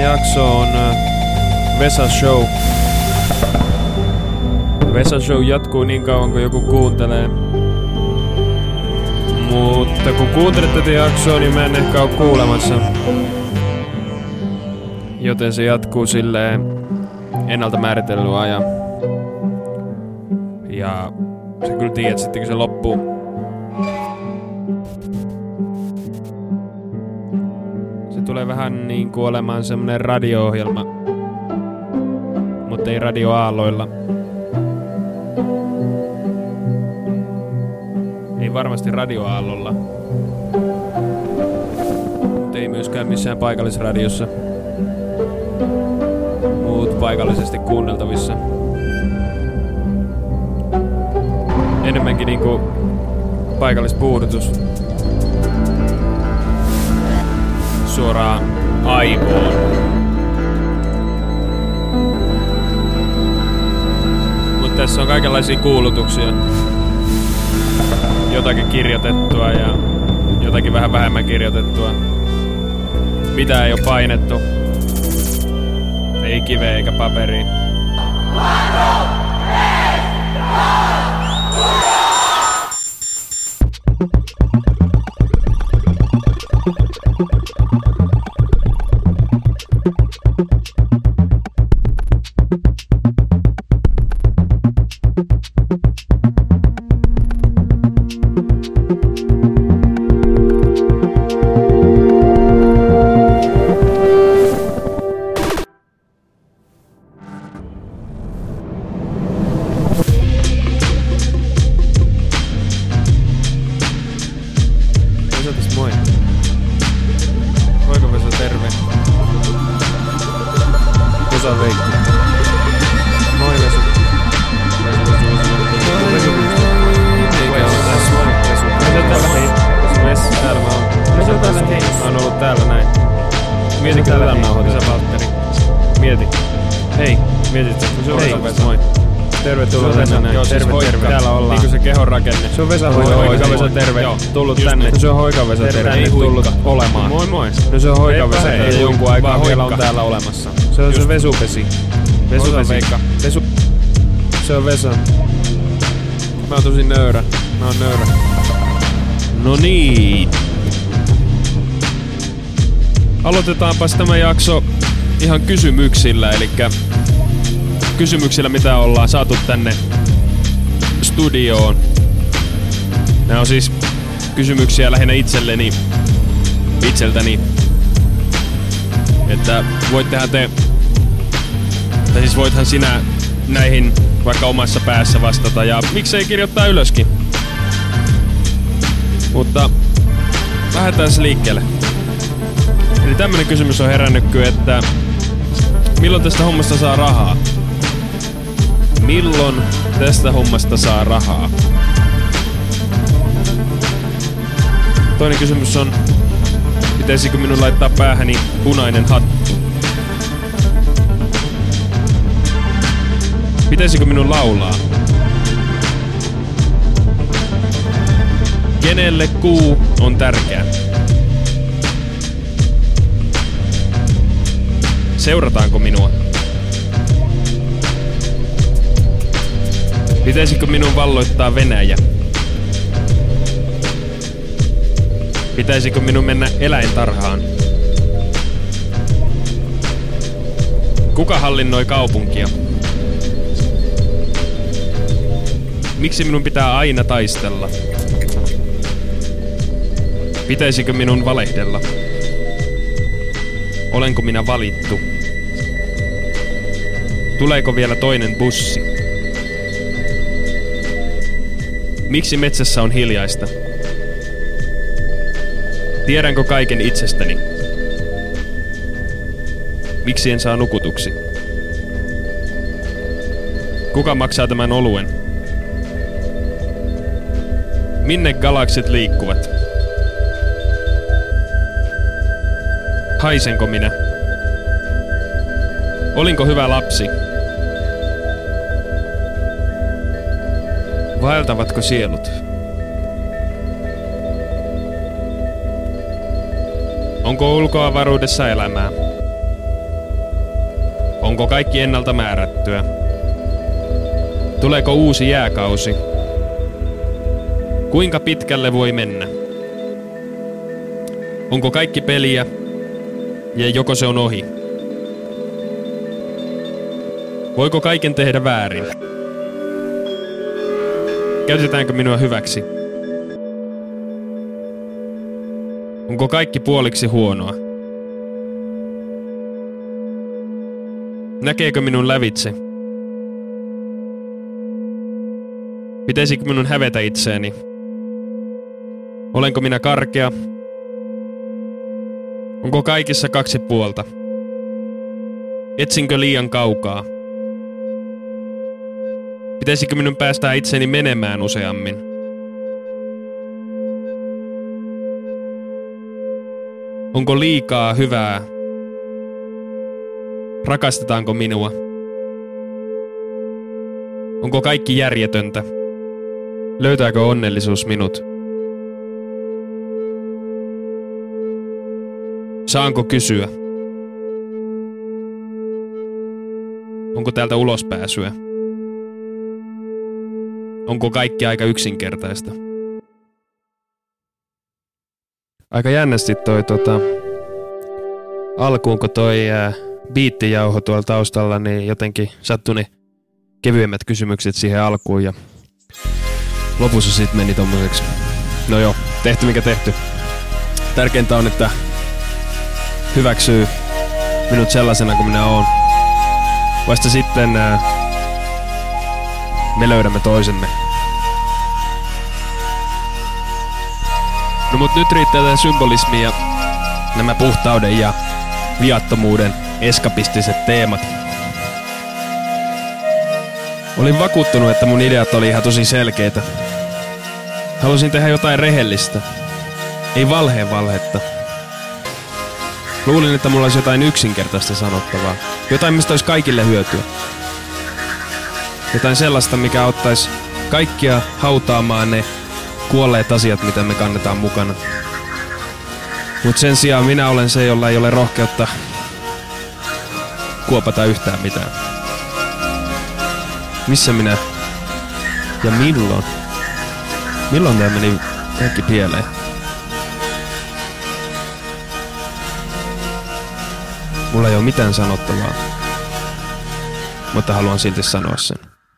jakso on Vesa Show. Vesa Show jatkuu niin kauan kuin joku kuuntelee. Mutta kun kuuntelet tätä jaksoa, niin mä en ehkä oo kuulemassa. Joten se jatkuu silleen ennalta määritellyn ajan. Ja sä kyllä tiedät sitten, kun se loppuu. Se tulee vähän niin kuin olemaan semmonen radio-ohjelma. Mutta ei radioaalloilla. Ei varmasti radioaallolla. Mutta ei myöskään missään paikallisradiossa. Muut paikallisesti kuunneltavissa. Enemmänkin niinku paikallispuudutus. Suoraan aivoon. Mut tässä on kaikenlaisia kuulutuksia. Jotakin kirjoitettua ja jotakin vähän vähemmän kirjoitettua. Mitä ei oo painettu. Ei kiveä eikä paperiin. Se on Vesa Hoikavesa, terve. Joo, tullut just tänne. No se on Hoikavesa, terve. Ei tullut olemaan. Moi moi. No se on Hoikavesa, terve. Jonkun aikaa vielä on täällä olemassa. Se on se Vesupesi. Vesupesi. Se on Vesa. Mä oon tosi nöyrä. Mä oon nöyrä. No niin. Aloitetaanpas tämä jakso ihan kysymyksillä, elikkä kysymyksillä mitä ollaan saatu tänne studioon. Nämä on siis kysymyksiä lähinnä itseltäni. Että voittehan te, tai siis voithan sinä näihin vaikka omassa päässä vastata ja miksei kirjoittaa ylöskin. Mutta lähdetään liikkeelle. Eli tämmönen kysymys on herännyt, että milloin tästä hommasta saa rahaa? Milloin tästä hommasta saa rahaa? Toinen kysymys on, pitäisikö minun laittaa päähäni punainen hattu? Pitäisikö minun laulaa? Kenelle kuu on tärkeä? Seurataanko minua? Pitäisikö minun valloittaa Venäjä? Pitäisikö minun mennä eläintarhaan? Kuka hallinnoi kaupunkia? Miksi minun pitää aina taistella? Pitäisikö minun valehdella? Olenko minä valittu? Tuleeko vielä toinen bussi? Miksi metsässä on hiljaista? Tiedänkö kaiken itsestäni? Miksi en saa nukutuksi? Kuka maksaa tämän oluen? Minne galaksit liikkuvat? Haisenko minä? Olinko hyvä lapsi? Vaeltavatko sielut? Onko ulkoavaruudessa elämää? Onko kaikki ennalta määrättyä? Tuleeko uusi jääkausi? Kuinka pitkälle voi mennä? Onko kaikki peliä ja joko se on ohi? Voiko kaiken tehdä väärin? Käytetäänkö minua hyväksi? Onko kaikki puoliksi huonoa? Näkeekö minun lävitse? Pitäisikö minun hävetä itseäni? Olenko minä karkea? Onko kaikissa kaksi puolta? Etsinkö liian kaukaa? Pitäisikö minun päästää itseni menemään useammin? Onko liikaa hyvää? Rakastetaanko minua? Onko kaikki järjetöntä? Löytääkö onnellisuus minut? Saanko kysyä? Onko täältä ulospääsyä? Onko kaikki aika yksinkertaista? Aika jännästi toi alkuun, kun toi biittijauho tuolla taustalla, niin jotenkin sattui ne kevyemmät kysymykset siihen alkuun ja lopussa sit meni tommoseksi. No joo, tehty mikä tehty. Tärkeintä on, että hyväksyy minut sellaisena kuin minä oon. Vasta sitten me löydämme toisemme. No mut nyt riittää tää symbolismi ja nämä puhtauden ja viattomuuden eskapistiset teemat. Olin vakuuttunut, että mun ideat oli ihan tosi selkeitä. Halusin tehdä jotain rehellistä. Ei valheen valhetta. Luulin, että mulla olisi jotain yksinkertaista sanottavaa. Jotain, mistä olisi kaikille hyötyä. Jotain sellaista, mikä auttaisi kaikkia hautaamaan ne kuolleet asiat, mitä me kannetaan mukana. Mut sen sijaan minä olen se, jolla ei ole rohkeutta kuopata yhtään mitään. Missä minä? Ja milloin? Milloin tää meni kaikki pieleen? Mulla ei ole mitään sanottavaa, mutta haluan silti sanoa sen.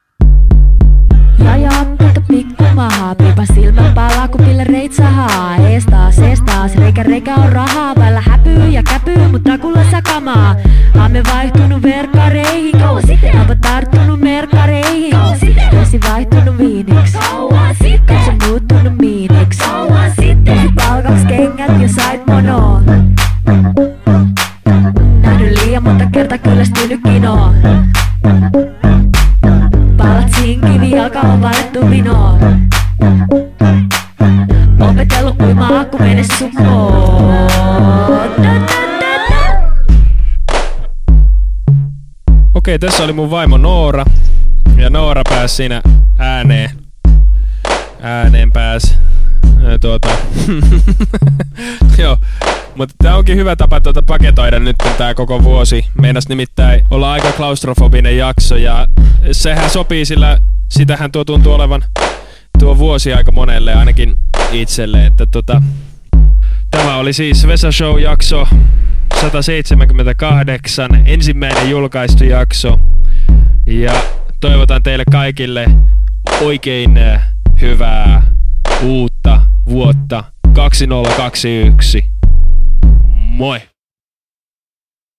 Mutta pikkumahaa, pipa silmä palaa kun pillereit sahaa. Eestaas, reikä on rahaa. Vailla häpyy ja käpyy, mutta takulla kamaa. Aamme vaihtunut verkkareihin, Aapa tarttunut merkkareihin. Vesi vaihtunut viiniksi, katso muuttunut miiniksi. Tosi palkaks kengät ja sait monoon. Nähnyt liian monta kertaa kyllästynyt kinoon. Palatsin kivijalka on valettu vinoon. Opetellut uimaa kun mene sumoon. Okei, tässä oli mun vaimo Noora. Ja Noora pääsi siinä ääneen pääsi. Joo. Mutta tää onkin hyvä tapa paketoida nyt tää koko vuosi. Meinas nimittäin olla aika klaustrofobinen jakso ja sehän sopii, sillä sitähän tuo tuntuu olevan tuo vuosi aika monelle, ainakin itselle. Että tämä oli siis Vesa Show jakso 178, ensimmäinen julkaistu jakso. Ja toivotan teille kaikille oikein hyvää uutta vuotta 2021. Moi!